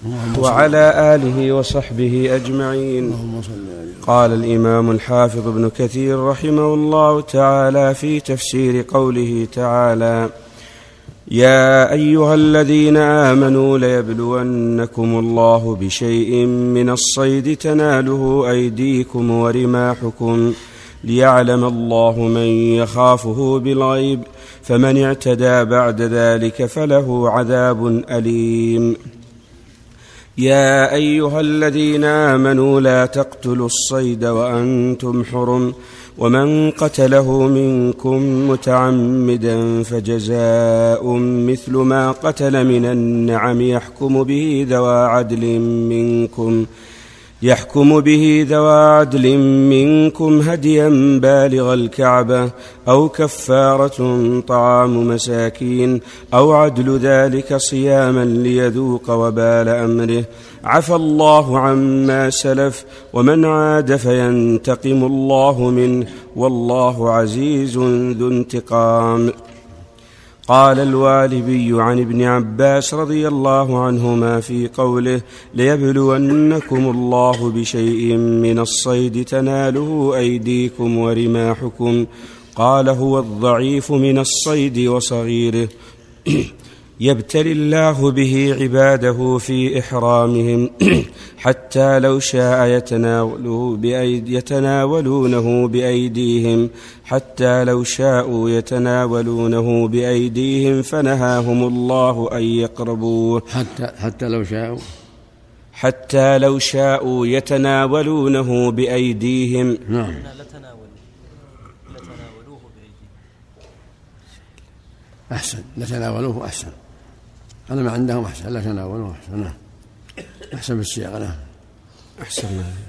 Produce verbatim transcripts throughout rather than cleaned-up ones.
وعلى آله وصحبه أجمعين. قال الإمام الحافظ ابن كثير رحمه الله تعالى في تفسير قوله تعالى: يا أيها الذين آمنوا ليبلونكم الله بشيء من الصيد تناله أيديكم ورماحكم ليعلم الله من يخافه بالغيب، فمن اعتدى بعد ذلك فله عذاب أليم. يا أيها الذين آمنوا لا تقتلوا الصيد وأنتم حرم، ومن قتله منكم متعمدا فجزاء مثل ما قتل من النعم يحكم به ذوى عدل منكم يحكم به ذوى عدل منكم هديا بالغ الكعبة أو كفارة طعام مساكين أو عدل ذلك صياما ليذوق وبال أمره، عفى الله عما سلف، ومن عاد فينتقم الله منه، والله عزيز ذو انتقام. قال الوالبي عن ابن عباس رضي الله عنهما في قوله: ليبلونكم الله بشيء من الصيد تناله أيديكم ورماحكم، قال: هو الضعيف من الصيد وصغيره يبتلي الله به عباده في إحرامهم حتى لو شاء يتناوله بأيد يتناولونه بأيديهم حتى لو شاءوا يتناولونه بأيديهم فنهاهم الله أن يقربوه حتى حتى لو شاءوا حتى لو شاءوا يتناولونه بأيديهم. نعم. أحسن، لتناولوه أحسن، أنا ما عندهم أحسن، لا تناولوه أحسن. نعم. أحسن بالسياق. نعم. أحسن.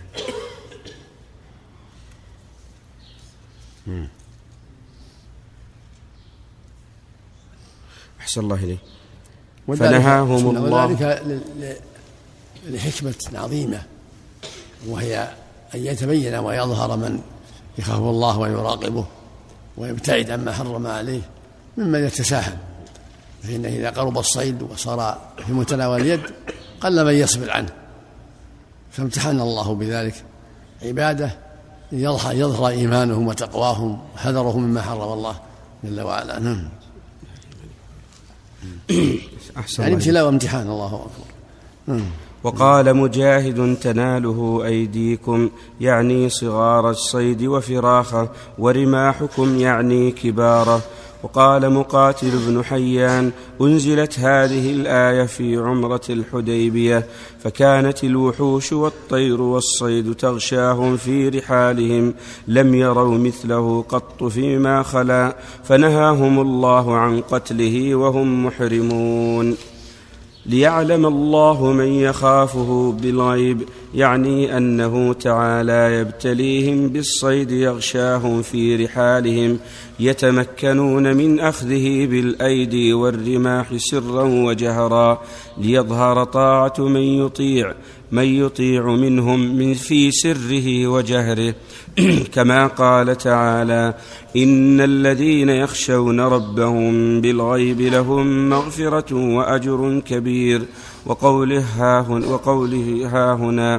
أحسن الله إليه. فنهاهم الله وذلك لحكمة عظيمة، وهي أن يتبين ويظهر من يخاف الله ويراقبه ويبتعد عما حرم عليه ممن يتساهل، فإنه إذا قرب الصيد وصار في متناول اليد قل من يصبر عنه، فامتحن الله بذلك عباده يظهر إيمانهم وتقواهم وحذرهم مما حرم الله جل وعلا. نعم. يعني ابتلاء وامتحان. الله أكبر. وقال مجاهد: تناله أيديكم يعني صغار الصيد وفراخه، ورماحكم يعني كباره. وقال مقاتل بن حيان: أنزلت هذه الآية في عمرة الحديبية، فكانت الوحوش والطير والصيد تغشاهم في رحالهم، لم يروا مثله قط فيما خلا، فنهاهم الله عن قتله وهم محرمون. ليعلم الله من يخافه بالغيب، يعني أنه تعالى يبتليهم بالصيد يغشاهم في رحالهم، يتمكنون من أخذه بالأيدي والرماح سرا وجهرا، ليظهر طاعة من يطيع من يطيع منهم من في سره وجهره كما قال تعالى: إن الذين يخشون ربهم بالغيب لهم مغفرة وأجر كبير. وقوله هاهنا, وقوله هاهنا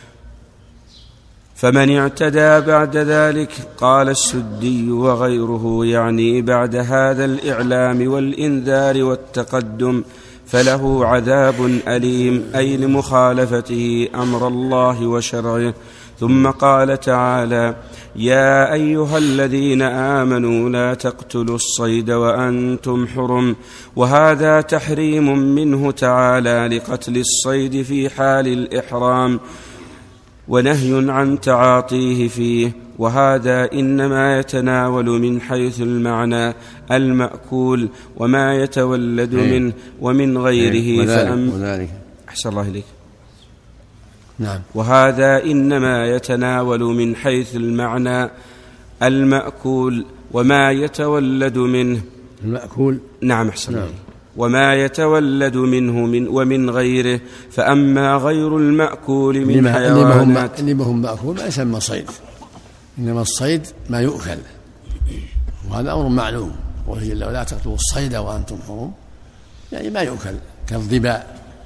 فمن اعتدى بعد ذلك، قال السدي وغيره يعني بعد هذا الإعلام والإنذار والتقدم فله عذاب أليم، أي لمخالفته أمر الله وشرعه. ثم قال تعالى: يا أيها الذين آمنوا لا تقتلوا الصيد وأنتم حرم، وهذا تحريم منه تعالى لقتل الصيد في حال الإحرام، ونهي عن تعاطيه فيه، وهذا إنما يتناول من حيث المعنى المأكول وما يتولد منه ومن غيره. فأم أحسن الله إليك. نعم. وهذا إنما يتناول من حيث المعنى المأكول وما يتولد منه المأكول. نعم. أحسن الله. نعم. وما يتولد منه من ومن غيره. فأما غير المأكول من حيوانات اللي ما هم مأكول ما يسمى صيد، إنما الصيد ما يؤكل، وهذا أمر معلوم. وهي لو لا تقتلوا الصيد وأنتم حرم، يعني ما يؤكل كالظباء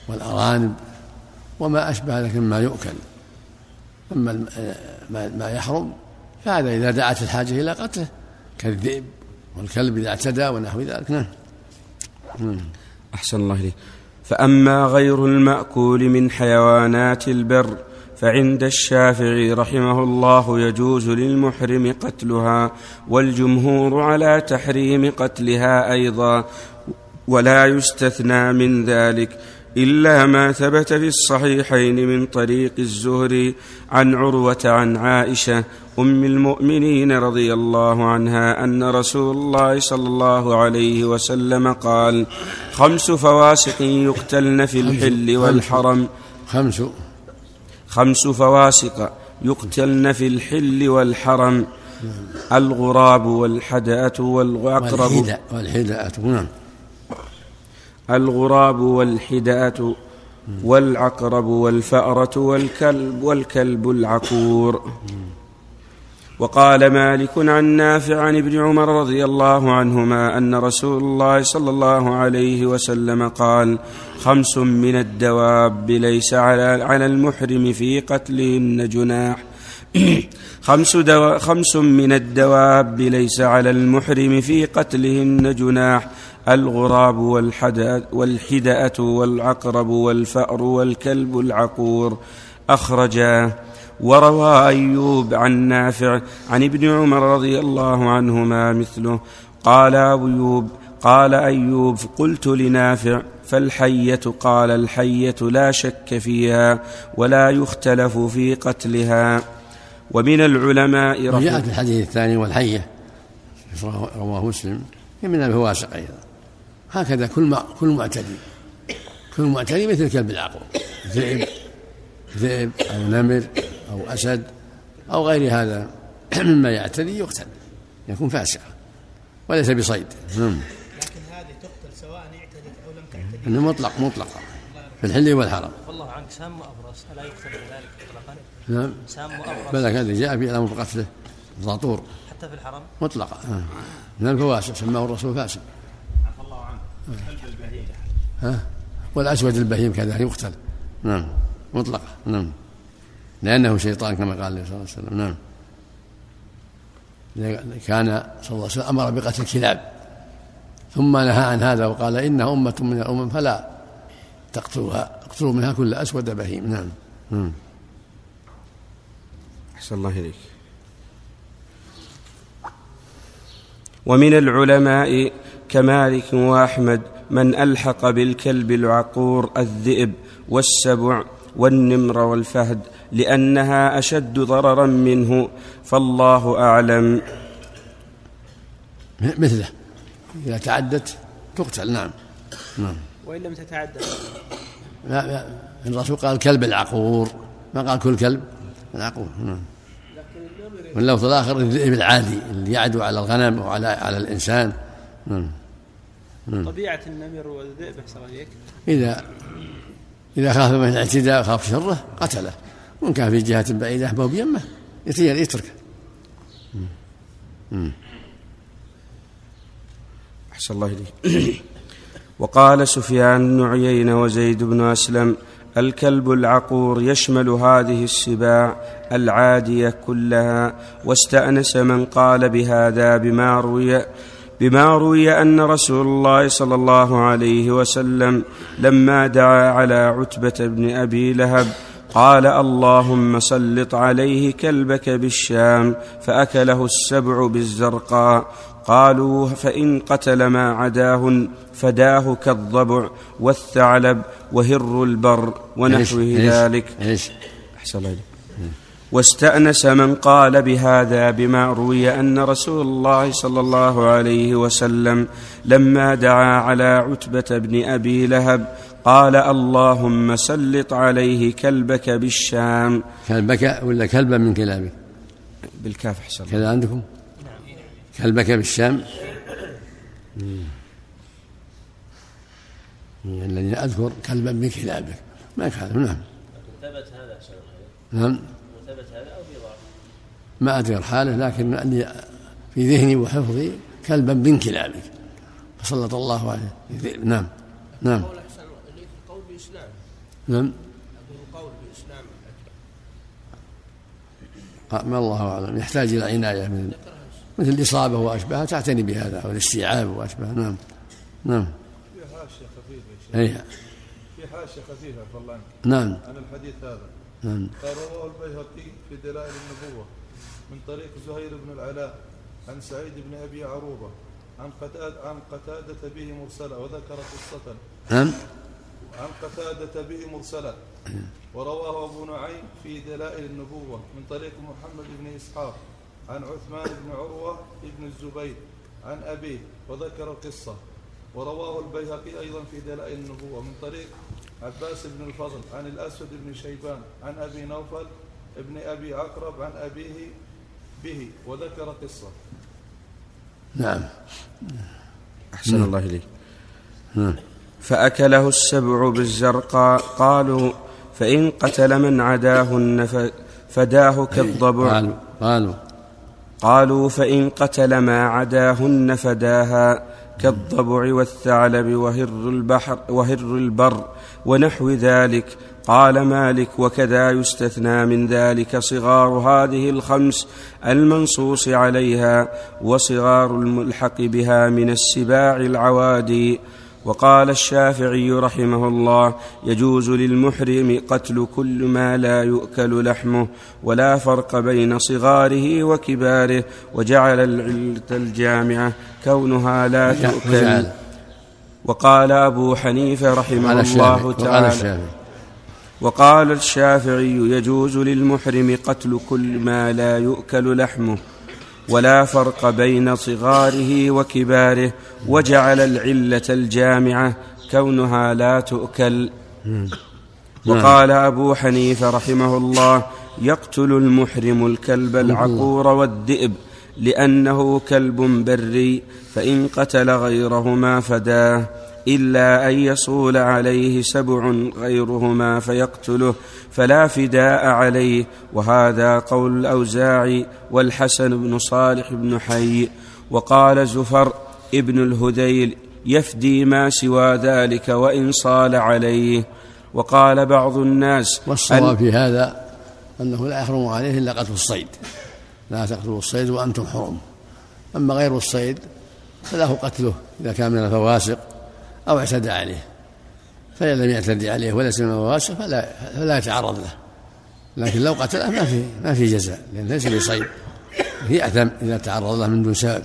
والأرانب وما أشبه ذلك مما يؤكل. أما ما يحرم فهذا إذا دعت الحاجة إلى قتله كالذئب والكلب إذا اعتدى ونحو ذلك. نعم. أحسن الله إليك. فأما غير المأكول من حيوانات البر فعند الشافعي رحمه الله يجوز للمحرم قتلها، والجمهور على تحريم قتلها أيضا، ولا يستثنى من ذلك إلا ما ثبت في الصحيحين من طريق الزهري عن عروة عن عائشة أم المؤمنين رضي الله عنها أن رسول الله صلى الله عليه وسلم قال: خمس فواسق يقتلن في الحل والحرم خمس خمس فواسق يقتلن في الحل والحرم: الغراب والحدأة والعقرب والحدأة نعم الغراب والحدأة والعقرب والفأرة والكلب والكلب العقور. وقال مالك عن نافع عن ابن عمر رضي الله عنهما أن رسول الله صلى الله عليه وسلم قال: خمس من الدواب ليس على على المحرم في قتلهن جناح خمس, دو... خمس من الدواب ليس على المحرم في قتلهن جناح: الغراب والحدأة والعقرب والفأر والكلب العقور. أخرجاه. وروى أيوب عن نافع عن ابن عمر رضي الله عنهما مثله. قال أيوب قال أيوب قلت لنافع: فالحية؟ قال: الحية لا شك فيها ولا يختلف في قتلها. ومن العلماء رحمه جاءت الحديث الثاني والحية رواه مسلم من الفواسق أيضا. هكذا كل كل معتدي كل معتدي مثل كلب العقور، ذئب ذئب أو نمر أو أسد أو غير هذا مما يعتدي يقتل، يكون فاسقا وليس بصيد. لكن هذه تقتل سواء اعتدت أو لم تعتدي. إنه مطلق مطلقا في الحل والحرم. والله عنك سام وأبرص ألا يقتل بذلك مطلقا؟ نعم. سام وأبرص بلى هذا جاء في الأمر بقتله الضاطور حتى في الحرم مطلقا من الفواسق سماه الرسول فاسق. عفى الله عنه. كلب البهيم ها والأسود البهيم كذلك يقتل. نعم مطلقا. نعم لأنه شيطان كما قال عليه الصلاة والسلام. نعم كان صلى الله عليه وسلم أمر بقتل الكلاب ثم نهى عن هذا وقال: إنها أمة من الأمم فلا تقتلوها، اقتلوا منها كل أسود بهيم. نعم. مم. أحسن الله إليك. ومن العلماء كمالك وأحمد من ألحق بالكلب العقور الذئب والسبع والنمر والفهد لأنها أشد ضررا منه، فالله أعلم. مثله إذا تعدت تقتل. نعم. نعم. وإن لم تتعدى لا لا الرسول قال كلب العقور ما قال كل كلب العقور. نعم. واللفظ الآخر الذئب العادي اللي يعدو على الغنم وعلى على الإنسان. نعم. طبيعة النمر والذئب أحسن عليك إذا إذا خاف من الاعتداء خاف شره قتله، وإن كان في جهة بعيدة أحبه بيمه يتركه. أحسن الله إليك. وقال سفيان بن عيينة وزيد بن أسلم: الكلب العقور يشمل هذه السباع العادية كلها. واستأنس من قال بهذا بما روي بما روي أن رسول الله صلى الله عليه وسلم لما دعا على عتبة بن أبي لهب قال: اللهم سلط عليه كلبك بالشام فأكله السبع بالزرقاء. قالوا: فإن قتل ما عداه فداه كالضبع والثعلب وهر البر ونحوه ذلك. أحسن الله. واستأنس من قال بهذا بما روي أن رسول الله صلى الله عليه وسلم لما دعا على عتبة بن أبي لهب قال: اللهم سلط عليه كلبك بالشام. كلبك ولا كلبا من كلابك؟ بالكاف. أحسن كذا عندكم كلبك بالشام. الذي أذكر كلبا من كلابك ما كان. نعم. ثبت هذا شيء. نعم. ثبت هذا أو في ضعف؟ ما أدري حاله، لكن أني في ذهني وحفظي كلبا من كلابك فسلط الله عليه. نعم. نعم. قول أحسن إليك القول بإسلام نعم. القول بإسلام ما الله أعلم، يحتاج إلى عناية من مثل الإصابة وأشبهها، تعتني بهذا أو الاستيعاب وأشبهها. نعم نعم. في حاشية خفيفة يا شيخ. أي في حاشية خفيفة فضلا نعم عن الحديث هذا. نعم. قال رواه البيهقي في دلائل النبوة من طريق زهير بن العلاء عن سعيد بن أبي عروبة عن قتادة عن قتادة به مرسلة وذكر قصة. نعم. عن قتادة به مرسلة ورواه أبو نعيم في دلائل النبوة من طريق محمد بن إسحاق عن عثمان بن عروة بن الزبير عن أبيه وذكر القصة. ورواه البيهقي أيضا في دلائل النبوة من طريق عباس بن الفضل عن الأسود بن شيبان عن أبي نوفل ابن أبي عقرب عن أبيه به وذكر قصة. نعم. أحسن الله إليك. فأكله السبع بالزرقاء. قالوا فإن قتل من عداهن فداه كالضبع. قالوا قالوا قالوا فإن قتل ما عداهن فداها كالضبع والثعلب وهر البحر وهر البر ونحو ذلك. قال مالك وكذا يستثنى من ذلك صغار هذه الخمس المنصوص عليها وصغار الملحق بها من السباع العوادي. وقال الشافعي رحمه الله يجوز للمحرم قتل كل ما لا يؤكل لحمه ولا فرق بين صغاره وكباره، وجعل العلة الجامعة كونها لا تؤكل. وقال أبو حنيفة رحمه الله تعالى وقال الشافعي يجوز للمحرم قتل كل ما لا يؤكل لحمه ولا فرق بين صغاره وكباره، وجعل العلة الجامعة كونها لا تؤكل. وقال أبو حنيفة رحمه الله يقتل المحرم الكلب العقور والذئب لأنه كلب بري، فإن قتل غيرهما فداه، إلا أن يصول عليه سبع غيرهما فيقتله فلا فداء عليه. وهذا قول الأوزاعي والحسن بن صالح بن حي. وقال زفر ابن الهذيل يفدي ما سوى ذلك وإن صال عليه. وقال بعض الناس والصواب في هذا أنه لا يحرم عليه إلا قتل الصيد، لا تقتلوا الصيد وأنتم حرم. أما غير الصيد فله قتله إذا كان من الفواسق أو اعتدى عليه، فإن لم يعتدي عليه وليس من الفواسق فلا, فلا يتعرض له. لكن لو قتله ما في ما في جزاء لأن ليس بصيد، يأثم إذا تعرض له من دون سبب.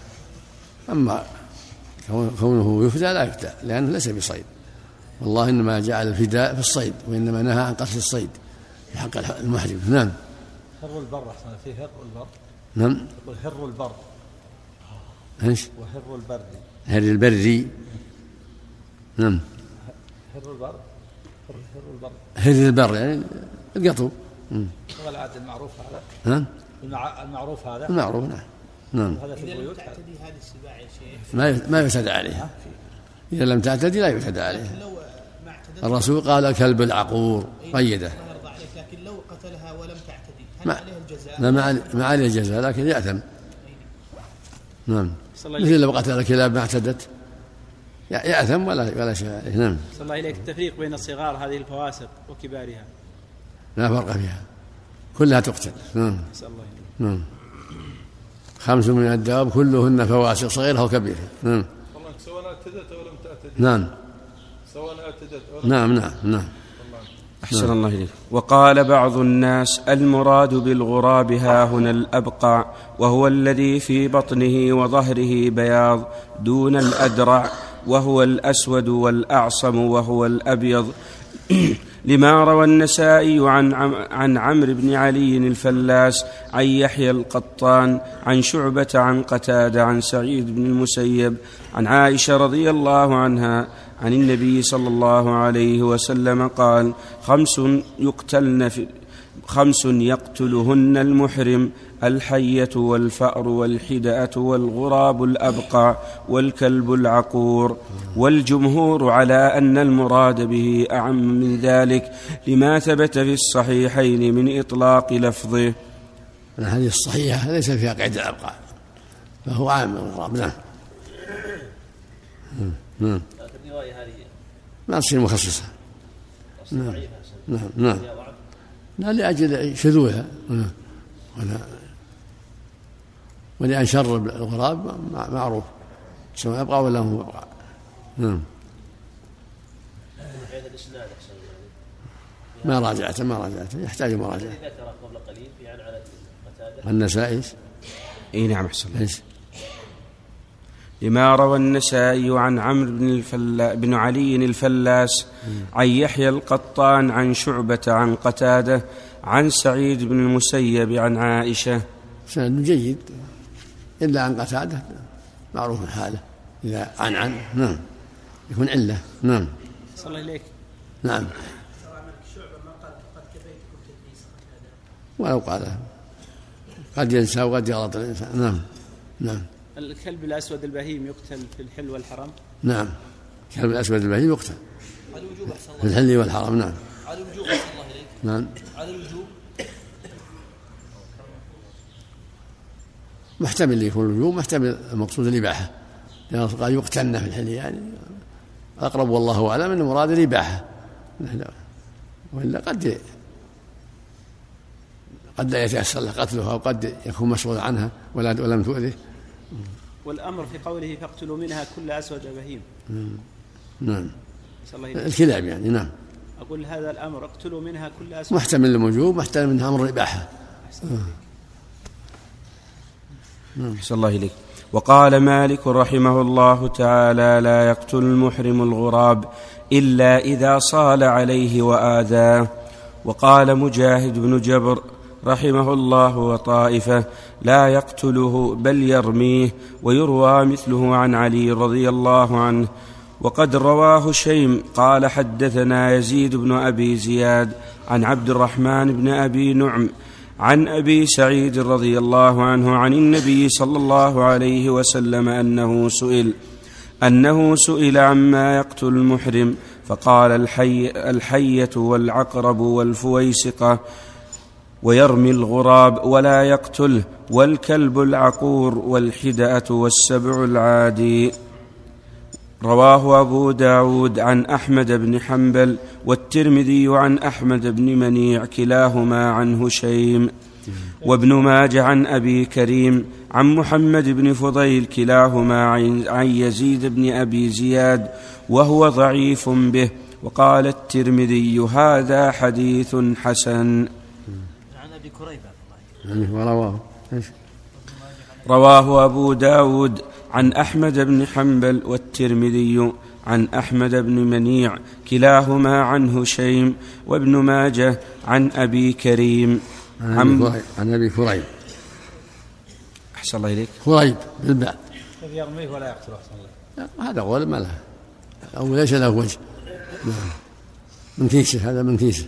أما كونه يفدى لا يفدى لأنه ليس بصيد. والله إنما جعل الفداء في الصيد، وإنما نهى عن قتل الصيد في حق المحرم. نعم. هر البر فيه هر البر. نعم. يقول هر البر. ايش؟ وهر البر. هر البري. نعم. هر البر. هر البر. هر البر يعني القطو. هو العادة المعروف هذا. نعم. المعروف هذا. المعروف نعم. نعم. إذا لم تعتدي هذه السباع يا شيخ ما ما يعتدى عليها. إذا لم تعتدي لا يعتدى عليها. لو ما اعتدت الرسول قال الكلب العقور قيده. لكن لو قتلها ولم تعتدي هل ما عليه الجزاء؟ لا ما عليه, ما عليه الجزاء لكن يأثم. نعم. مثل لو قتل الكلاب ما اعتدت يأثم ولا ولا شيء عليه. نعم. صلى الله عليك. التفريق بين صغار هذه الفواسق وكبارها لا فرق فيها، كلها تقتل. نعم. نعم. خمس من الدواب كلهن فواسق صغيرها وكبيرها. نعم. سواء اعتدت أو لم تعتدي. نعم. سواء اعتدت أو لم. نعم نعم نعم. أحسن الله إليك. وقال بعض الناس المراد بالغراب ها هنا الأبقع، وهو الذي في بطنه وظهره بياض دون الأدرع، وهو الأسود والأعصم وهو الأبيض. لما روى النسائي عن عن عمرو بن علي الفلاس عن يحيى القطان عن شعبة عن قتادة عن سعيد بن المسيب عن عائشة رضي الله عنها عن النبي صلى الله عليه وسلم قال: خمس يقتلن في خمس يقتلهن المحرم: الحية والفأر والحدأة والغراب الأبقع والكلب العقور. والجمهور على أن المراد به أعم من ذلك لما ثبت في الصحيحين من إطلاق لفظه. الحديث الصحيحة ليس فيها قيد الأبقع فهو عام من الغراب. نعم. ما تصير مخصصة نعم نعم نعم لا لأجل شذوذها ولا ولأن شر الغراب معروف سواء يبقى ولا هو يبقى. نعم ما راجعته ما راجعته يحتاج مراجعة. النسائي اي نعم احسن لما روى النسائي عن عمرو بن, الفلا بن علي الفلاس عن يحيى القطان عن شعبة عن قتادة عن سعيد بن المسيب عن عائشة. سند جيد إلا عن قتادة معروف حاله إذا عن عن نعم يكون علة. نعم صلى الله إليك. نعم ولو قال قد ينسى وقد يغلط الإنسان. نعم نعم الكلب الأسود البهيم يقتل في الحل والحرم. نعم الكلب الأسود البهيم يقتل في الحل والحرم. نعم على الوجوب صلى الله إليك. نعم على الوجوب محتمل يكون الوجوب محتمل المقصود الإباحة لأنه قال يقتلن في الحل يعني أقرب والله أعلم أن مراد الإباحة وإلا قد قد لا يتيسر له قتلها وقد يكون مسؤول عنها ولا ولم تؤذه. والأمر في قوله فاقتلوا منها كل أسود بهيم. نعم الكلاب يعني. نعم أقول هذا الأمر اقتلوا منها كل أسود محتمل الموجوب محتمل منها أمر الإباحة. أحسن الله إليك. وقال مالك رحمه الله تعالى لا يقتل المحرم الغراب إلا إذا صال عليه وآذاه. وقال مجاهد بن جبر رحمه الله وطائفة لا يقتله بل يرميه. ويروى مثله عن علي رضي الله عنه. وقد رواه شيم قال حدثنا يزيد بن أبي زياد عن عبد الرحمن بن أبي نعم عن أبي سعيد رضي الله عنه عن النبي صلى الله عليه وسلم أنه سئل أنه سئل عما يقتل المحرم فقال الحي الحية والعقرب والفويسقة ويرمي الغراب ولا يقتله والكلب العقور والحدأة والسبع العادي. رواه أبو داود عن أحمد بن حنبل والترمذي عن أحمد بن منيع كلاهما عن هشيم وابن ماجه عن أبي كريم عن محمد بن فضيل كلاهما عن يزيد بن أبي زياد وهو ضعيف به. وقال الترمذي هذا حديث حسن. عن أبي كريب رواه رواه أبو داود عن أحمد بن حنبل والترمذي عن أحمد بن منيع كلاهما عن هشيم وابن ماجه عن أبي كريم عن, عن أبي كريب. أحسن الله إليك. كريب بالباء يرميه ولا يقتله. هذا قول ما له أو ليس له وجه من كيسه هذا من كيسه.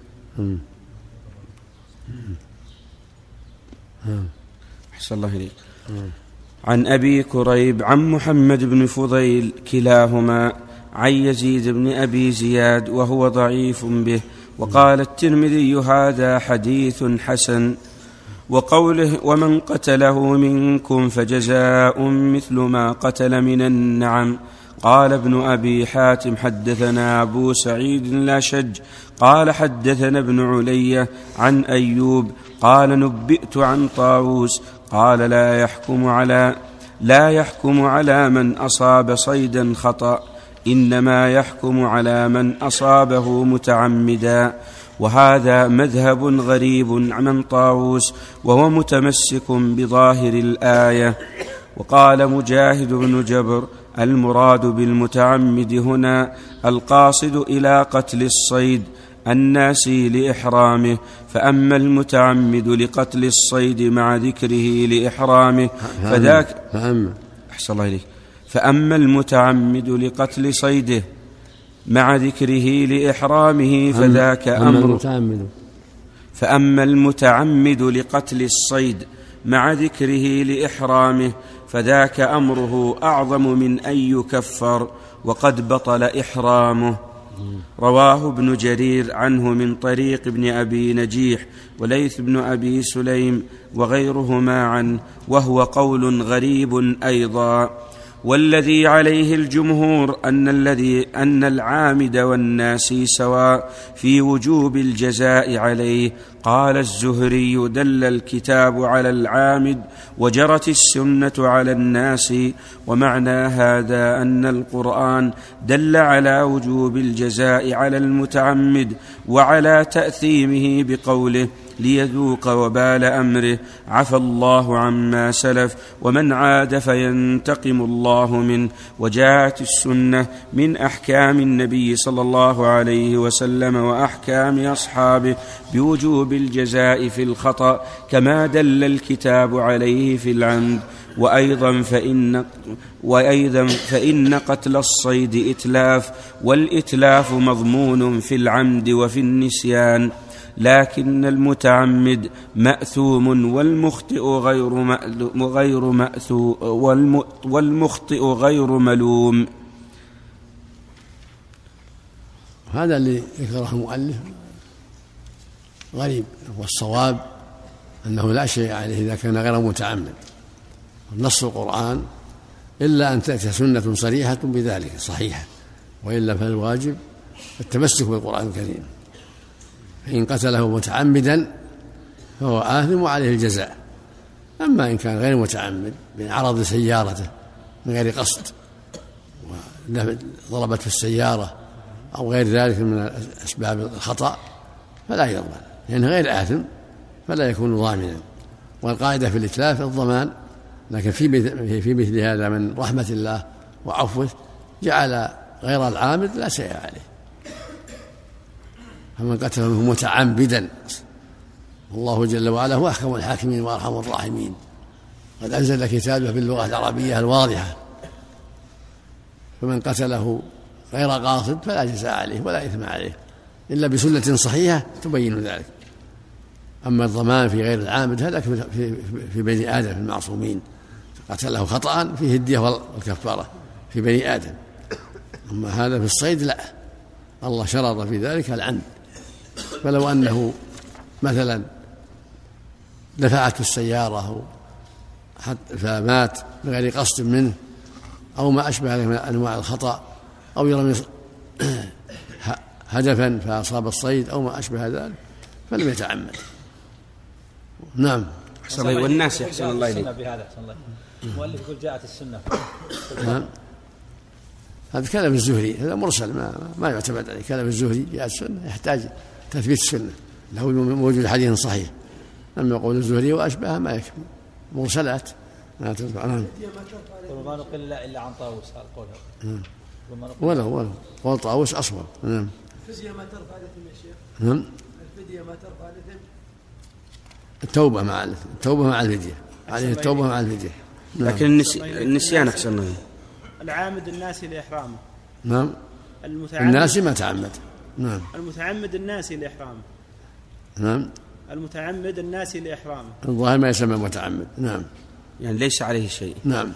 أحسن الله إليك. عن أبي كريب عن محمد بن فضيل كلاهما عن يزيد بن أبي زياد وهو ضعيف به. وقال الترمذي هذا حديث حسن. وقوله ومن قتله منكم فجزاء مثل ما قتل من النعم. قال ابن أبي حاتم حدثنا أبو سعيد الأشج قال حدثنا ابن علي عن أيوب قال نبئت عن طاووس قال لا يحكم على لا يحكم على من أصاب صيدا خطأ إنما يحكم على من أصابه متعمدا. وهذا مذهب غريب عن طاووس وهو متمسك بظاهر الآية. وقال مجاهد بن جبر المراد بالمتعمد هنا القاصد إلى قتل الصيد الناسي لإحرامه. فأما المتعمد لقتل الصيد مع ذكره لإحرامه فذاك أحسن الله إليك. فأما المتعمد لقتل صيده مع ذكره لإحرامه فذاك أمر. فأما المتعمد لقتل الصيد مع ذكره لإحرامه فذاك أمره أعظم من أن يكفر وقد بطل إحرامه. رواه ابن جرير عنه من طريق ابن أبي نجيح وليث بن أبي سليم وغيرهما عنه وهو قول غريب أيضا. والذي عليه الجمهور أن, الذي أن العامد والناسي سواء في وجوب الجزاء عليه. قال الزهري: دل الكتاب على العامد وجرت السنة على الناس. ومعنى هذا أن القرآن دل على وجوب الجزاء على المتعمد وعلى تأثيمه بقوله: ليذوق وبال أمره، عفى الله عما سلف، ومن عاد فينتقم الله منه. وجاءت السنة من أحكام النبي صلى الله عليه وسلم وأحكام أصحابه بوجوب الجزاء في الخطأ كما دل الكتاب عليه في العمد. وأيضا فإن, وأيضا فإن قتل الصيد إتلاف، والإتلاف مضمون في العمد وفي النسيان، لكن المتعمد مأثوم والمخطئ غير غير مأثوم والمخطئ غير ملوم. هذا اللي ذكره المؤلف غريب، والصواب أنه لا شيء عليه إذا كان غير متعمد. نص القرآن إلا أن تأتي سنة صريحة بذلك صحيحة، وإلا فالواجب التمسك بالقرآن الكريم. فإن قتله متعمدا فهو آثم وعليه الجزاء. أما إن كان غير متعمد من عرض سيارته من غير قصد وضربت في السيارة أو غير ذلك من أسباب الخطأ فلا يضمن، لأنه غير آثم فلا يكون ضامنا. والقاعدة في الإتلاف الضمان، لكن في في مثل هذا من رحمة الله وعفوه جعل غير العامد لا شيء عليه. فمن قتله متعمدا، والله جل وعلا هو أحكم الحاكمين وأرحم الراحمين، قد أنزل كتابه باللغة العربية الواضحة. فمن قتله غير قاصد فلا جزاء عليه ولا إثم عليه إلا بسنة صحيحة تبين ذلك. أما الضمان في غير العامد هذا في بني آدم في المعصومين، قتله خطأ فيه الدية والكفارة في بني آدم. أما هذا في الصيد لا، الله شرط في ذلك العمد. فلو أنه مثلا دفعته السيارة فمات بغير قصد منه أو ما أشبه ذلك من أنواع الخطأ، أو يرمي هدفا فأصاب الصيد أو ما أشبه ذلك فلم يتعمد. نعم. أحسن الله. والناس يحسن الله إليك بهذا أحسن الله. المؤلف يقول جاءت السنة. نعم. هذا كلام الزهري، هذا مرسل ما ما يعتمد عليه. كلام الزهري جاءت السنة يحتاج تثبيت السنة، له موجود حديث صحيح. أما يقول الزهري وأشبهه ما يكفي، مرسلات ما تنفع. نعم. وما نقل إلا عن طاووس القول. ولا ولا قول طاووس أصوب. نعم. الفدية ما ترفع الإثم يا شيخ. نعم. الفدية ما ترفع الإثم. التوبة مع التوبة مع الفدية، عليه التوبة مع الفدية. نعم. لكن النسي... النسيان أحسن الله. العامد الناسي لإحرامه. نعم. المتعمد الناسي ما تعمد. نعم. المتعمد الناسي لإحرامه. نعم. المتعمد الناسي لإحرامه. الظاهر ما يسمى متعمد. نعم. يعني ليس عليه شيء. نعم.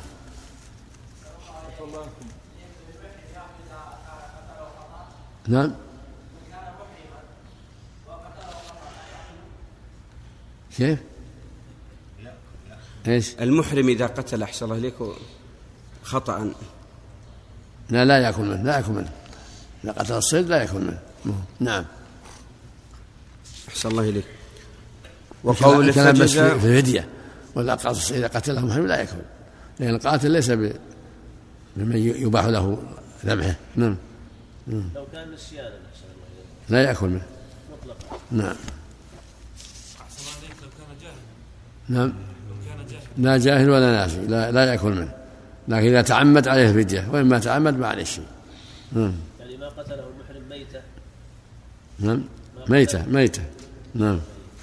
نعم. كيف؟ ايش؟ المحرم إذا قتل أحسن الله إليك خطأ لا لا يأكل منه، لا يأكل منه. إذا قتل الصيد لا يأكل منه. نعم. أحسن الله إليك. وقول كلام بس فجزاء في الفدية، ولا قاتل إذا قتله محرم لا يأكل، لأن القاتل ليس بمن يباح له ذبحه. نعم. لو كان نسيانا لا يأكل منه مطلقا. نعم. نعم. لا جاهل ولا ناسي لا, لا يأكل منه، لكن إذا تعمد عليه الفدية، وإما تعمد ما عليه شيء. نعم. يعني ما قتله المحرم ميتة. نعم. ميتة ميتة. نعم.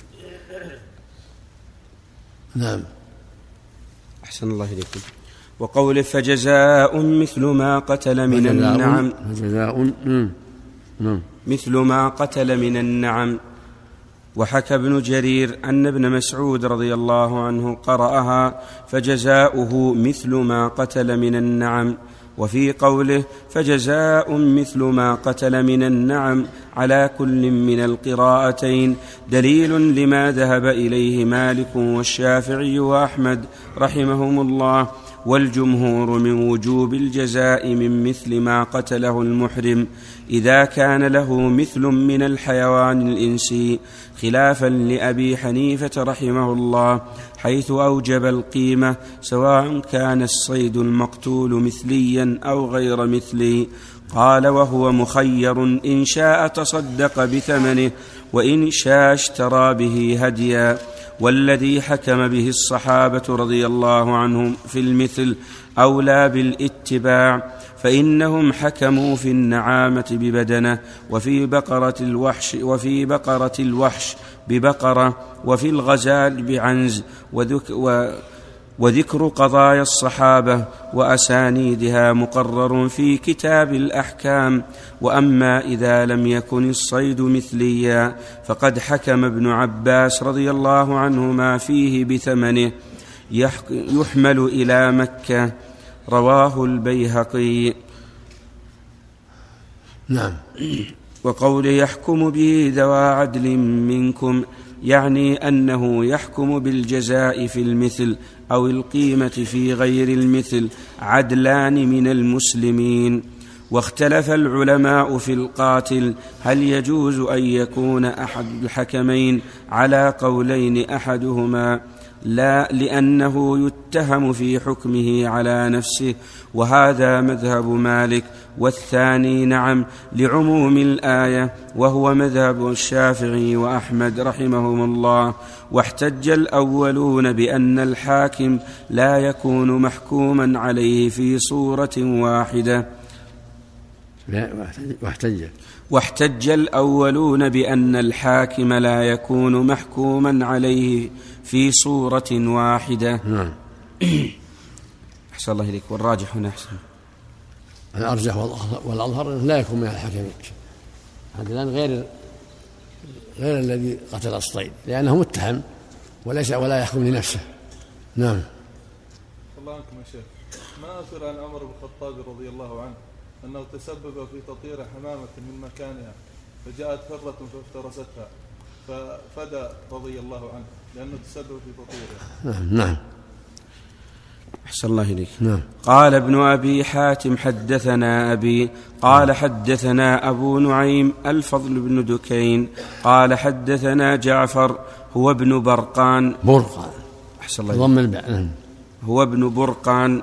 نعم. أحسن الله إليكم. وقول فجزاء مثل ما قتل من النعم. فجزاء نعم. مثل ما قتل من النعم. وحكى ابن جرير أن ابن مسعود رضي الله عنه قرأها فجزاؤه مثل ما قتل من النعم. وفي قوله فجزاء مثل ما قتل من النعم على كل من القراءتين دليل لما ذهب إليه مالك والشافعي وأحمد رحمهم الله والجمهور من وجوب الجزاء من مثل ما قتله المحرم إذا كان له مثل من الحيوان الإنسي، خلافا لأبي حنيفة رحمه الله حيث أوجب القيمة سواء كان الصيد المقتول مثليا أو غير مثلي. قال وهو مخير، إن شاء تصدق بثمنه وإن شاء اشترى به هديا. والذي حكم به الصحابة رضي الله عنهم في المثل أولى بالاتباع، فإنهم حكموا في النعامة ببدنة، وفي بقرة الوحش وفي بقرة الوحش ببقرة، وفي الغزال بعنز، وذك و وذكر قضايا الصحابة وأسانيدها مقرر في كتاب الأحكام. وأما إذا لم يكن الصيد مثليا فقد حكم ابن عباس رضي الله عنهما فيه بثمنه يحمل إلى مكة. رواه البيهقي. نعم. وقول يحكم به ذوى عدل منكم يعني أنه يحكم بالجزاء في المثل أو القيمة في غير المثل عدلان من المسلمين. واختلف العلماء في القاتل هل يجوز أن يكون أحد الحكمين على قولين، أحدهما لا لأنه يتهم في حكمه على نفسه وهذا مذهب مالك، والثاني نعم لعموم الآية وهو مذهب الشافعي وأحمد رحمهم الله. واحتج الأولون بأن الحاكم لا يكون محكوما عليه في صورة واحدة واحتج واحتج الأولون بأن الحاكم لا يكون محكوما عليه في صورة واحدة. نعم. أحسن الله إليك. والراجح هنا أحسن الأرجح والأظهر لا يكون من الحاكمين عدلان غير غير الذي قتل الصيد لأنه متهم وليس ولا يحكم لنفسه. نعم. الله عنكم يا شيخ، ما أثر عن عمر بن الخطاب رضي الله عنه أنه تسبب في تطير حمامة من مكانها فجاءت فرة فافترستها ففدى رضي الله عنه لأنه تسبب في تطيرها. نعم. أحسن الله إليك. نعم. قال ابن أبي حاتم حدثنا أبي قال حدثنا أبو نعيم الفضل بن دكين قال حدثنا جعفر هو ابن برقان برقان أحسن الله ضم الباء هو ابن برقان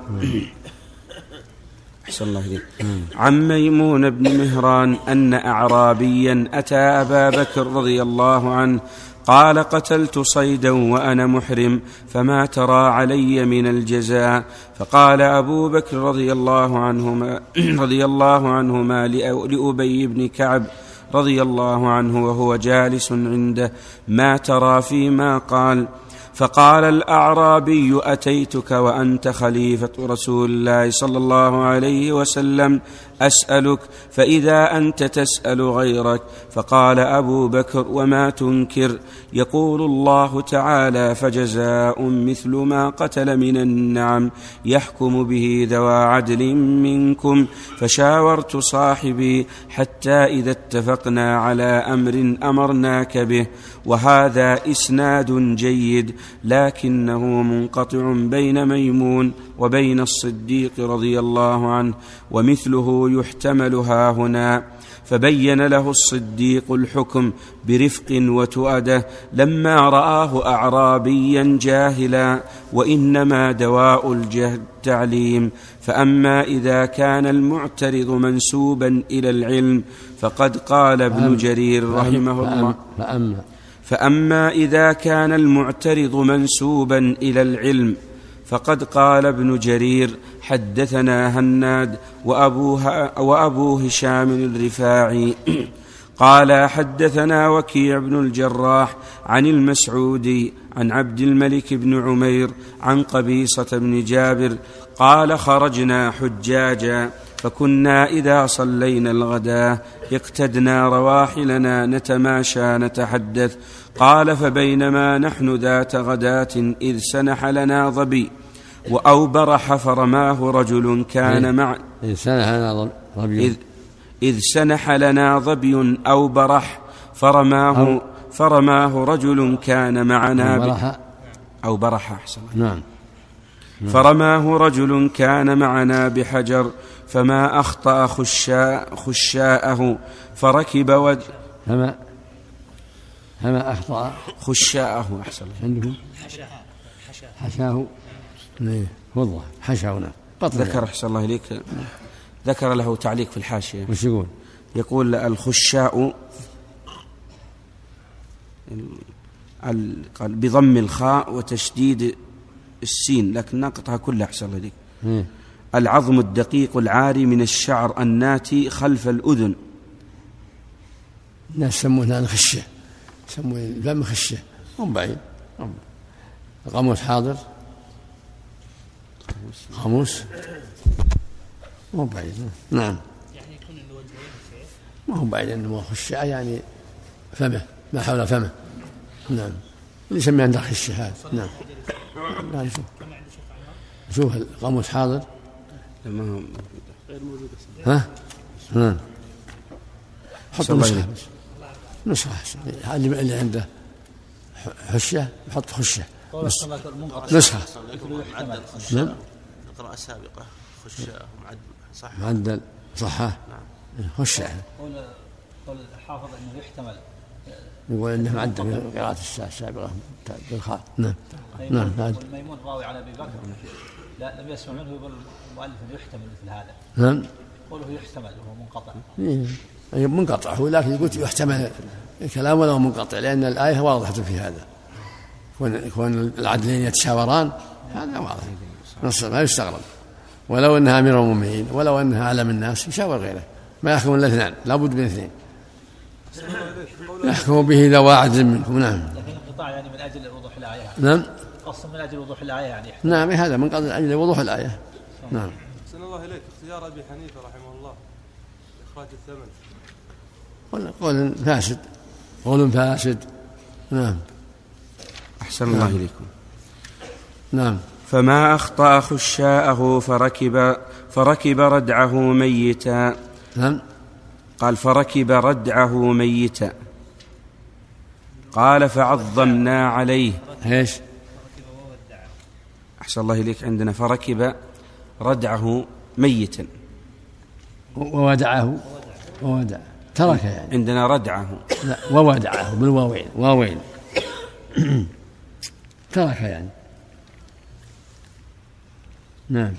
أحسن الله إليك. عن ميمون بن مهران أن أعرابيا أتى أبا بكر رضي الله عنه قال قتلت صيدا وأنا محرم فما ترى علي من الجزاء؟ فقال أبو بكر رضي الله عنهما رضي الله عنهما لأبي بن كعب رضي الله عنه وهو جالس عنده ما ترى فيما قال؟ فقال الأعرابي أتيتك وأنت خليفة رسول الله صلى الله عليه وسلم أسألك فإذا أنت تسأل غيرك. فقال أبو بكر وما تنكر؟ يقول الله تعالى فجزاء مثل ما قتل من النعم يحكم به ذوى عدل منكم. فشاورت صاحبي حتى إذا اتفقنا على أمر أمرناك به. وهذا إسناد جيد لكنه منقطع بين ميمون وبين الصديق رضي الله عنه ومثله يحتمل ها هنا. فبين له الصديق الحكم برفق وتؤده لما رآه أعرابيا جاهلا وإنما دواء الجهل التعليم. فأما إذا كان المعترض منسوبا إلى العلم فقد قال ابن جرير رحمه الله فأما فأما إذا كان المعترض منسوبا إلى العلم فقد قال ابن جرير حدثنا هناد وأبوه وأبو هشام الرفاعي قال حدثنا وكيع بن الجراح عن المسعودي عن عبد الملك بن عمير عن قبيصة بن جابر قال خرجنا حجاجا فكنا إذا صلينا الغداء اقتدنا رواحلنا نتماشى نتحدث. قال فبينما نحن ذات غداة إذ سنح لنا ظبي أو برح فرماه رجل كان مع إذ سنح لنا ظبي إذ, إذ سنح لنا ظبي أو برح فرماه أو فرماه رجل كان معنا برح أو برح أحسن نعم فرماه رجل كان معنا بحجر فما أخطأ خشاء خشاءه فركب ود فما فما أخطأ خشاءه أحسن عندكم حشاه والله حشاونا ذكر أحسن الله إليك ذكر له تعليق في الحاشية. وش يقول؟ يقول الخشاء بضم الخاء وتشديد السين لكن نقطها كلها أحسن الله إليك. العظم الدقيق العاري من الشعر الناتي خلف الأذن. الناس يسمونها الخشة، يسمون الفم خشة، هم بعيد. القاموس حاضر، قاموس مو بعيد. نعم يعني يكون الوجهين شيء ما هو بعيد انه خشة يعني فمه ما حول فمه. نعم اللي يسميه عند الخشة هذا. نعم لا نشوف شوف القاموس حاضر ما غير موجود. ها ها حط نسخة نسخة اللي اللي عنده حشة يحط خشة نسخة. نعم القراءة السابقة خشاء معدل صح معدل صحة نعم خشة. قول قول الحافظ انه يحتمل يقول انه معدل قراءة السابقة بالخاء. نعم نعم. والميمون راوي على ابي بكر لا لم يسمع منه يقول المؤلف انه يحتمل مثل هذا. نعم قوله يحتمل وهو منقطع. إيه منقطع هو لكن قلت يحتمل الكلام ولا منقطع لأن الآية واضحة في هذا. يكون العدلين يتشاوران هذا واضح نص ما يستغرب. ولو أنها أمير المؤمنين ولو أنها أعلم الناس يشاور غيره ما يحكم إلا اثنان لابد من اثنين يحكم به ذوى عدل منهم. نعم لكن الانقطاع يعني من أجل وضوح الآية. نعم قصد من أجل وضوح الآية يعني. نعم هذا من قبل أجل وضوح الآية. نعم. أحسن الله إليك اختيار أبي حنيفة رحمه الله إخراج الثمن قول فاسد قول فاسد. نعم أحسن الله إليكم. نعم فما أخطأ خشاءه فركب فركب ردعه ميتا. نعم قال فركب ردعه ميتا قال فعظمنا عليه. ايش؟ أحسن الله إليك عندنا فركب ردعه ميتا وودعه وودع ترك يعني عندنا ردعه لا وودعه بالواوين واوين ترك يعني. نعم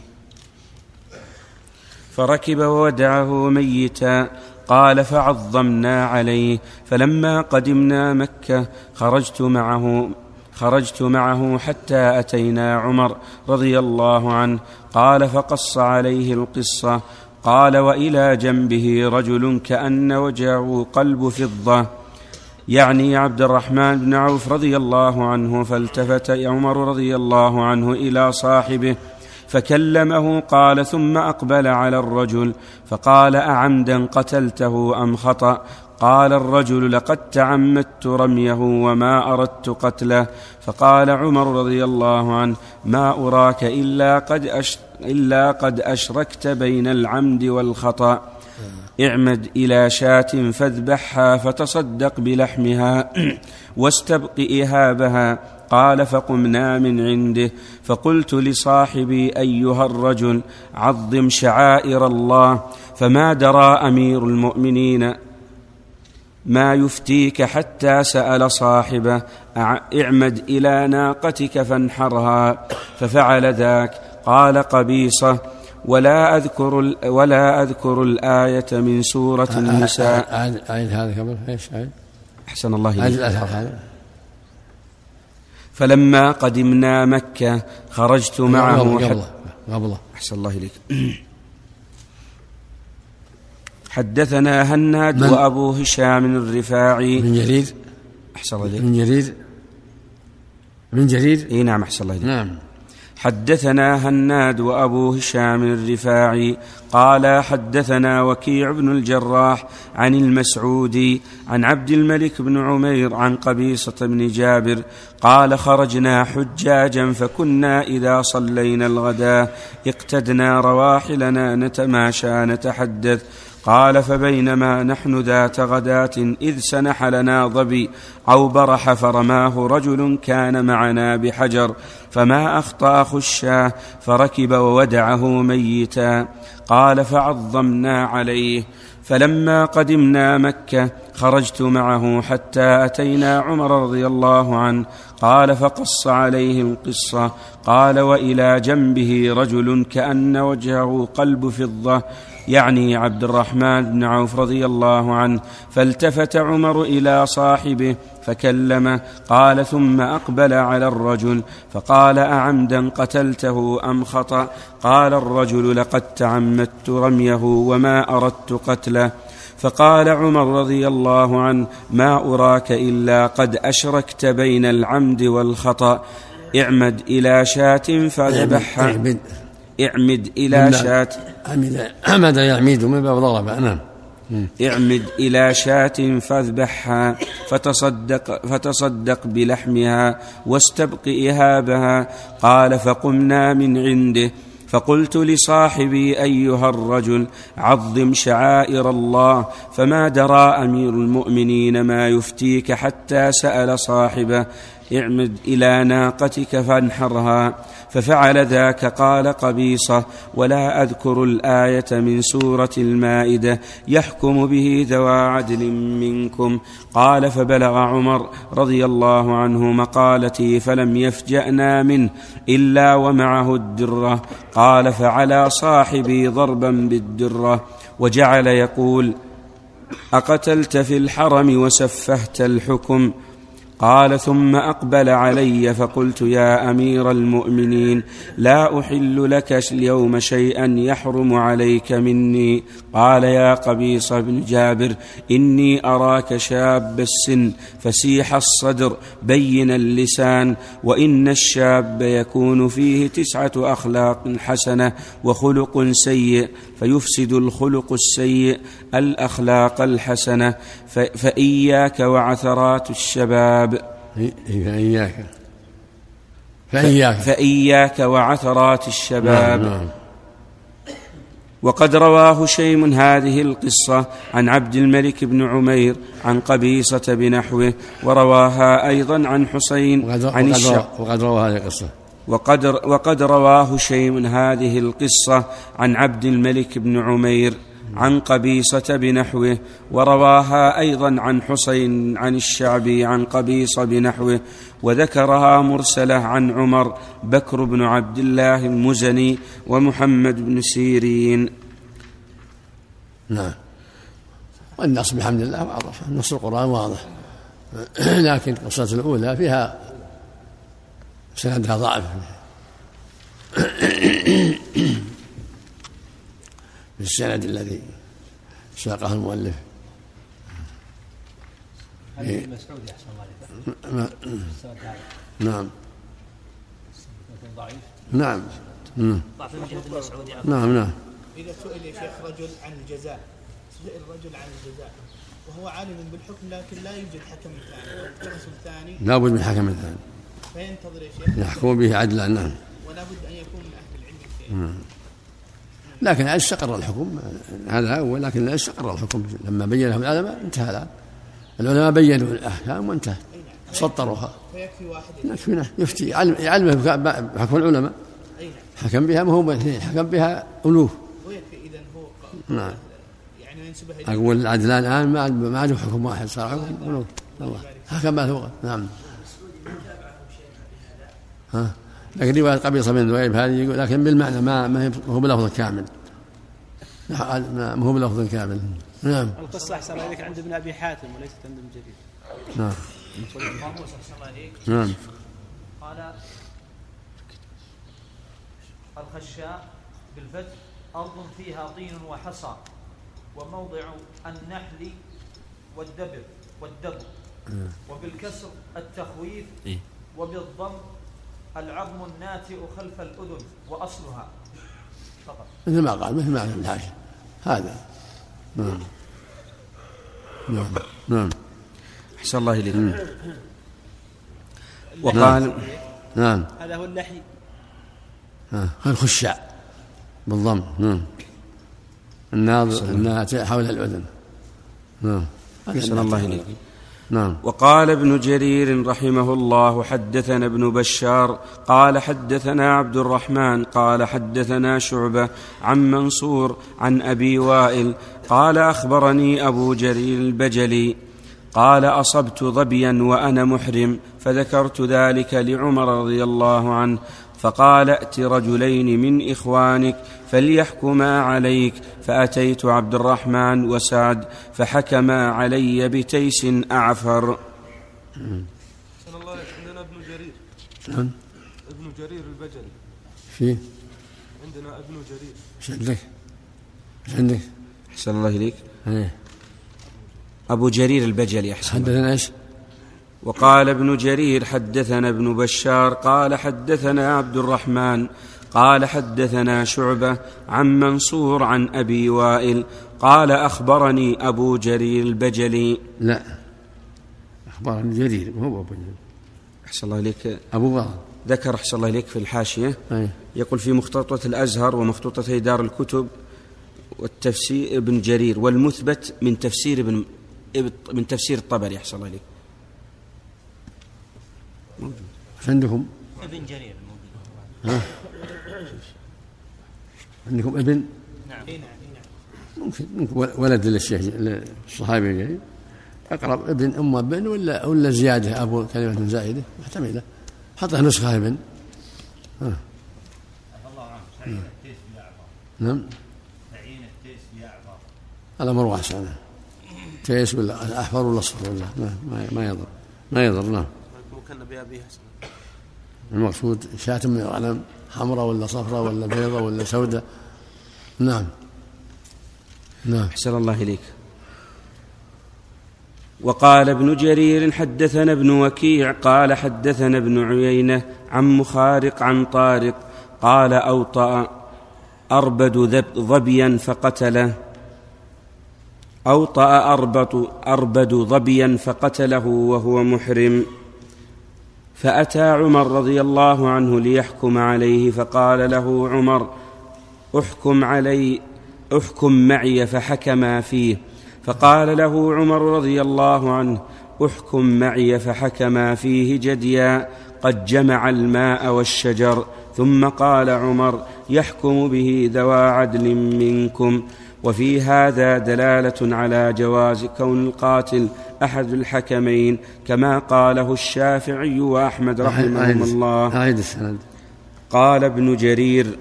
فركب وودعه ميتا قال فعظمنا عليه فلما قدمنا مكة خرجت معه خرجت معه حتى أتينا عمر رضي الله عنه قال فقص عليه القصة قال وإلى جنبه رجل كأن وجهه قلب فضة يعني عبد الرحمن بن عوف رضي الله عنه فالتفت عمر رضي الله عنه إلى صاحبه فكلمه قال ثم أقبل على الرجل فقال أعمدا قتلته أم خطأ؟ قال الرجل لقد تعمدت رميه وما أردت قتله. فقال عمر رضي الله عنه ما أراك إلا قد, أش... إلا قد أشركت بين العمد والخطأ اعمد إلى شاة فاذبحها فتصدق بلحمها واستبق إهابها. قال فقمنا من عنده فقلت لصاحبي أيها الرجل عظم شعائر الله فما درى أمير المؤمنين ما يفتيك حتى سأل صاحبه اعمد إلى ناقتك فانحرها ففعل ذاك. قال قبيصة ولا أذكر, ولا أذكر الآية من سورة النساء. آية هذا قبل إيش آية؟ أحسن الله إليك. فلما قدمنا مكة خرجت معه قبل قبل أحسن الله إليك. حدثنا هناد من؟ وأبو هشام الرفاعي من جرير. أحسن الله إليك. من جرير من جرير إيه نعم أحسن الله إليك. نعم. حدثنا هناد وأبو هشام الرفاعي قال حدثنا وكيع بن الجراح عن المسعودي عن عبد الملك بن عمير عن قبيصة بن جابر قال خرجنا حجاجا فكنا إذا صلينا الغداء اقتدنا رواحلنا نتماشى نتحدث. قال فبينما نحن ذات غداة إذ سنح لنا ظبي أو برح فرماه رجل كان معنا بحجر فما أخطأ خشاه فركب وودعه ميتا. قال فعظمنا عليه فلما قدمنا مكة خرجت معه حتى أتينا عمر رضي الله عنه قال فقص عليه القصة. قال وإلى جنبه رجل كأن وجهه قلب فضة يعني عبد الرحمن بن عوف رضي الله عنه فالتفت عمر إلى صاحبه فكلمه. قال ثم أقبل على الرجل فقال أعمدا قتلته أم خطأ؟ قال الرجل لقد تعمدت رميه وما أردت قتله. فقال عمر رضي الله عنه ما أراك إلا قد أشركت بين العمد والخطأ. اعمد إلى شاة فذبحها. اعمد اعمد إلى شاة عمد يعمد من باب ضرب. نعم. اعمد إلى شاة فاذبحها فتصدق, فتصدق بلحمها واستبق إهابها. قال فقمنا من عنده فقلت لصاحبي أيها الرجل عظم شعائر الله فما درى أمير المؤمنين ما يفتيك حتى سأل صاحبه اعمد إلى ناقتك فانحرها ففعل ذاك. قال قبيصة ولا أذكر الآية من سورة المائدة يحكم به ذوى عدل منكم. قال فبلغ عمر رضي الله عنه مقالتي فلم يفجأنا منه إلا ومعه الدرة. قال فعلى صاحبي ضربا بالدرة وجعل يقول أقتلت في الحرم وسفهت الحكم؟ قال ثم أقبل علي فقلت يا أمير المؤمنين لا أحل لك اليوم شيئا يحرم عليك مني. قال يا قبيصة بن جابر إني أراك شاب السن فسيح الصدر بين اللسان وإن الشاب يكون فيه تسعة أخلاق حسنة وخلق سيء فيفسد الخلق السيء الأخلاق الحسنة فإياك وعثرات الشباب. فإياك فإياك فإياك وعثرات الشباب. نعم. نعم. وقد رواه هشيم هذه القصة عن عبد الملك بن عمير عن قبيصة بنحوه ورواها أيضا عن حسين عن الشعبي. وقد روى هذه القصة وقد, وقد رواه هشيم هذه القصة عن عبد الملك بن عمير عن قبيصة بنحوه ورواها أيضا عن حسين عن الشعبي عن قبيصة بنحوه وذكرها مرسلة عن عمر بكر بن عبد الله المزني ومحمد بن سيرين. نعم. والنص بحمد الله واضح، نص القرآن واضح، لكن القصة الأولى فيها سندها ضعف بالسند الذي ساقه المؤلف. هل المسعود يحسن الله عليك؟ نعم. ضعيف. نعم. ضعف من جهة المسعود. نعم نعم. إذا سئل يا شيخ رجل عن الجزاء، سئل رجل عن الجزاء وهو عالم بالحكم لكن لا يوجد حكم ثاني، الجلس الثاني لا بد من حكم ثاني فينتظر يا شيخ يحكم به عدلا. نعم. ولا بد أن يكون من أهل العلم فيه. لكن لا استقر الحكم، هذا أول، لكن لا استقر الحكم لما بينه العلماء انتهى. الآن العلماء بينوا الأحكام وانتهى، سطروها. فيكفي واحد يكفي يفتي يعلمه بحكم العلماء، حكم بها ما هو اثنين، حكم بها ألوف. ويكفي إذن هو نعم. يعني ينسبه إلى أقول العدلان الآن ما ما عاد حكم واحد، صار حكم ألوف. الله حكم ما هو. نعم. ها. لكن رواية قبيصة بن ذؤيب هذه يقول لكن بالمعنى ما ما هو بلفظ كامل، ما هو بلفظ كامل. نعم. القصة أحسن عليك عند ابن أبي حاتم وليست عند ابن جرير. نعم. نعم. نعم. قال الخشاء بالفتح أرض فيها طين وحصى وموضع النحل والدبر والدبر، وبالكسر التخويف، وبالضم العظم الناتئ خلف الأذن وأصلها فقط. مثل ما قال، مثل ما قال الحاشية هذا. نعم نعم نعم. أحسن الله إليك. وقال نعم هذا هو اللحي. ها الخشاع بالضم. نعم الناظر الناتئ حول الأذن. نعم. أحسن الله إليك. نعم. وقال ابن جرير رحمه الله حدثنا ابن بشار قال حدثنا عبد الرحمن قال حدثنا شعبة عن منصور عن أبي وائل قال أخبرني أبو جرير البجلي قال أصبت ظبيا وأنا محرم فذكرت ذلك لعمر رضي الله عنه فقال ائت رجلين من إخوانك فليحكما عليك، فأتيت عبد الرحمن وسعد فحكما علي بتيس أعفر. أحسن الله. عندنا ابن جرير. نعم. ابن جرير البجلي. فيه. عندنا ابن جرير. ايش عندك؟ ايش عندك؟ أحسن الله إليك. ايه. أبو جرير البجلي. أحسن. حدثنا ايش؟ وقال ابن جرير حدثنا ابن بشار قال حدثنا عبد الرحمن قال حدثنا شعبة عن منصور عن أبي وائل قال أخبرني أبو جرير البجلي. لا أخبرني جرير وهو أبو جرير. أحسن الله إليك. أبو بكر ذكر أحسن الله إليك في الحاشية أي. يقول في مخطوطة الأزهر ومخطوطة دار الكتب والتفسير ابن جرير والمثبت من تفسير ابن من تفسير الطبري. أحسن الله إليك. موجود. ايش عندكم؟ ابن جرير موجود. ها؟ عندكم ابن؟ نعم. ممكن ولد للشيخ الصحابي الجليل أقرب ابن أم ابن ولا ولا زيادة أبو كلمة زائدة محتملة. حطها نسخة ابن. ها. نعم. تعيين التيس بيعفر. الأمر واسع. تيس ولا الأحفر ولا الصفر ولا ما ما يضر ما يضر. نعم. ممكن بأبيه حسن. المقصود شاة من الغنم حمراء ولا صفراء ولا بيضاء ولا سوداء. نعم نعم. أحسن الله إليك. وقال ابن جرير حدثنا ابن وكيع قال حدثنا ابن عيينة عن مخارق عن طارق قال أوطأ أربد ظبيا فقتله أوطأ أربد, أربد ظبيا فقتله وهو محرم، فأتى عمر رضي الله عنه ليحكم عليه فقال له عمر أحكم علي أحكم معي، فحكما فيه. فقال له عمر رضي الله عنه أحكم معي، فحكما فيه جديا قد جمع الماء والشجر. ثم قال عمر يحكم به ذوى عدل منكم. وفي هذا دلالة على جواز كون القاتل أحد الحكمين كما قاله الشافعي وأحمد رحمهم الله. قال ابن جرير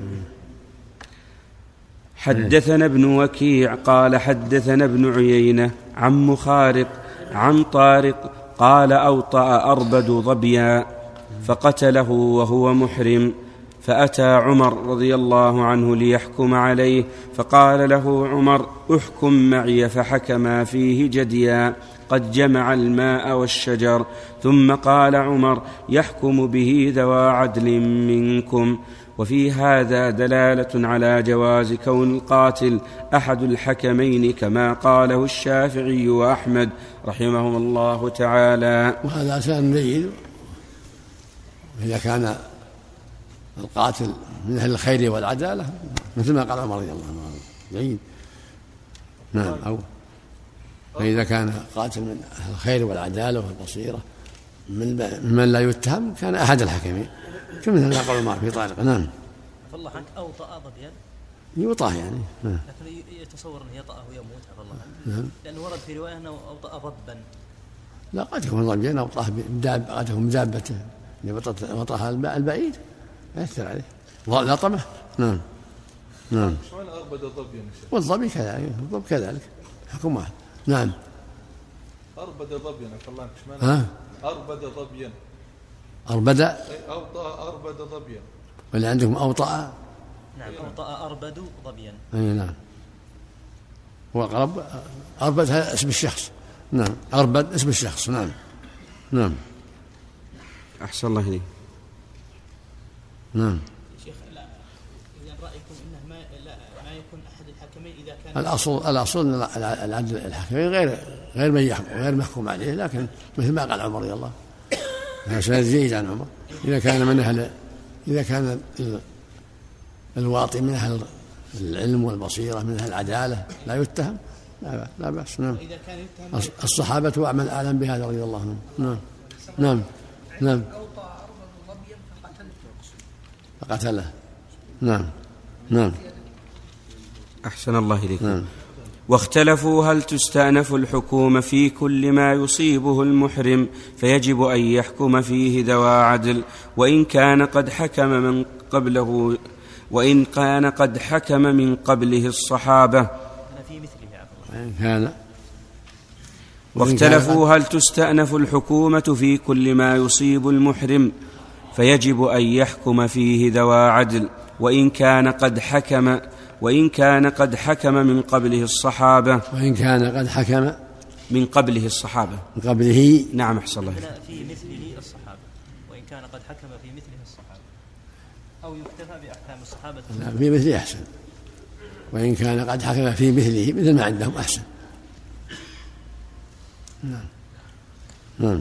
حدثنا ابن وكيع قال حدثنا ابن عيينة عن مخارق عن طارق قال أوطأ أربد ظبيا فقتله وهو محرم. فأتى عمر رضي الله عنه ليحكم عليه فقال له عمر احكم معي، فحكما فيه جديا قد جمع الماء والشجر. ثم قال عمر يحكم به ذوى عدل منكم. وفي هذا دلالة على جواز كون القاتل أحد الحكمين كما قاله الشافعي وأحمد رحمهم الله تعالى. وهذا أسان جيد إذا كان القاتل من أهل الخير والعدالة مثل ما قال عمر رضي الله عنه جيد. نعم. أو فإذا كان قاتل من أهل الخير والعدالة والبصيرة من لا يتهم كان أحد الحكمين كما مثل ما قال عمر في طارق. نعم. فالله عنك أوطأ ظبيا يوطأ يعني. نعم. لكن يتصور أنه يطأه ويموت فالله. نعم. لأنه ورد في رواية أنه أوطأ ضبا. لا قد يكون ظبيا أوطأه بدابة قد يكون بدابته وطأها البعيد يأثر عليه لطمه. نعم. نعم. شلون أربد ظبيا؟ والظبي كذلك الظب كذلك حكم واحد. نعم. أربد ظبيا الله عنك. ها. أربد ظبيا. أربد. أوطأ أربد ظبيا. ولا عندكم أوطأ؟ نعم. أوطأ أربد ظبيا. أي نعم. هو أقرب. أربد اسم الشخص. نعم. أربد اسم الشخص. نعم. نعم. أحسن الله إليك. نعم. شيخ لا إذا رأيكم إنه ما لا ما يكون أحد الحكمين إذا كان الأصل الأصل أن العدل الحكمين غير غير من يحكم غير محكوم عليه، لكن مثل ما قال عمر رضي الله عنه سند جيد عن عمر إذا كان من أهل إذا كان الواطي من أهل العلم والبصيرة من أهل العدالة لا يتهم لا, لا بأس. نعم. الصحابة وأعمل أعلم بهذا رضي الله عنهم. نعم نعم نعم فقتله. نعم نعم. أحسن الله إليكم. نعم. واختلفوا هل تستأنف الحكومة في كل ما يصيبه المحرم فيجب أن يحكم فيه ذوى عدل وإن كان قد حكم من قبله وإن كان قد حكم من قبله الصحابة. كان. واختلفوا هل تستأنف الحكومة في كل ما يصيب المحرم فيجب أن يحكم فيه ذوى عدل وإن كان قد حكم وإن كان قد حكم من قبله الصحابة. وإن كان قد حكم من قبله الصحابة. من قبله. نعم أحسن الله. في مثله الصحابة وإن كان قد حكم في مثله الصحابة أو يكتفى بأحكام الصحابة. لا في مثله أحسن. وإن كان قد حكم في مثله مثل ما عندهم أحسن. نعم نعم.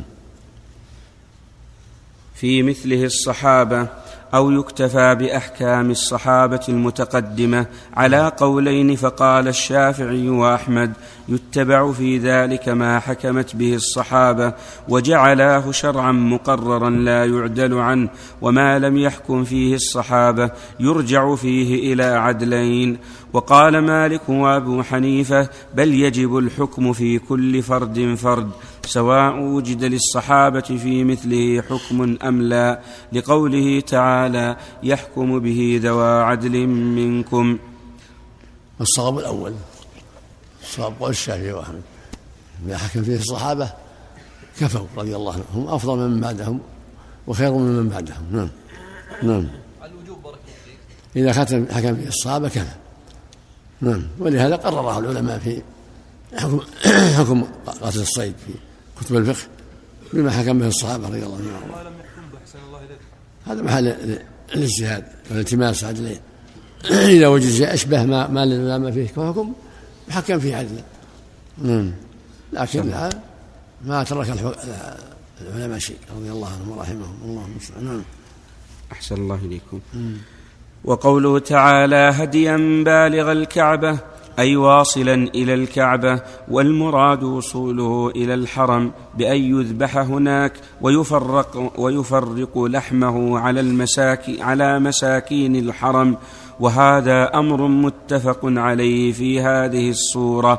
في مثله الصحابة أو يكتفى بأحكام الصحابة المتقدمة على قولين، فقال الشافعي وأحمد يتبع في ذلك ما حكمت به الصحابة وجعلاه شرعا مقررا لا يعدل عنه، وما لم يحكم فيه الصحابة يرجع فيه إلى عدلين. وقال مالك وأبو حنيفة بل يجب الحكم في كل فرد فرد سواء وجد للصحابة في مثله حكم أم لا، لقوله تعالى يحكم به ذوى عدل منكم. الصواب الأول الصواب قول الشافعي وأحمد ما حكم فيه الصحابة كفوا رضي الله عنهم، هم أفضل من بعدهم وخير من بعدهم. نعم نعم. إذا ختم حكم فيه الصحابة كفى. نعم. ولهذا قرره العلماء في حكم حكم قتل الصيد في كتب الفقه بما حكم به الصحابة رضي الله عنهم. هذا محل الاجتهاد والالتماس عدلين. إذا وجد شيء أشبه ما ما للعلماء فيه كحكم يحكم فيه عدلا. نعم. لكن لا ما ترك العلماء شيء رضي الله عنهم ورحمهم الله المستعان. نعم. أحسن الله إليكم. وقوله تعالى هديا بالغ الكعبة أي واصلا إلى الكعبة، والمراد وصوله إلى الحرم بأن يذبح هناك ويفرق, ويفرق لحمه على, المساكي على مساكين الحرم، وهذا أمر متفق عليه في هذه الصورة.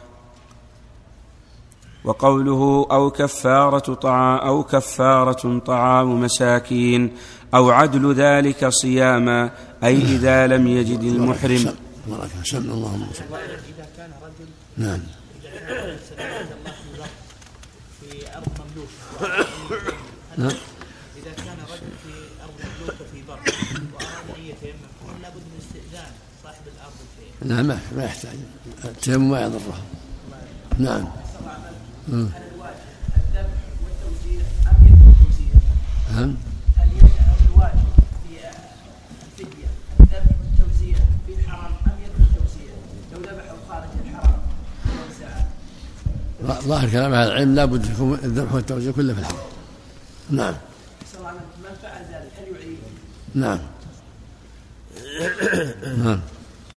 وقوله أو كفارة طعام أو كفارة طعام مساكين أو عدل ذلك صياما، أي إذا لم يجد المحرم. سمع اللهم إذا كان رجل نعم إذا كان رجل في أرض مملوكة نعم إذا كان رجل في أرض مملوكة في بر وأراد أن يتيمم هل لابد من استئذان صاحب الأرض فيه؟ لا ما ما يحتاج التيمم ما يضره. نعم. هل الواجب الذبح والتوزيع أم يكون التوزيع؟ نعم. هل يجعل الواجب في الفدية الذبح والتوزيع في الحرم أم يكون التوزيع لو ذبحوا خارج الحرم وساعة؟ ظاهر كلام أهل العلم لا بد يكون الذبح والتوزيع كله في الحرم. نعم. سواء من فعل ذلك هل يعيد؟ نعم. نعم.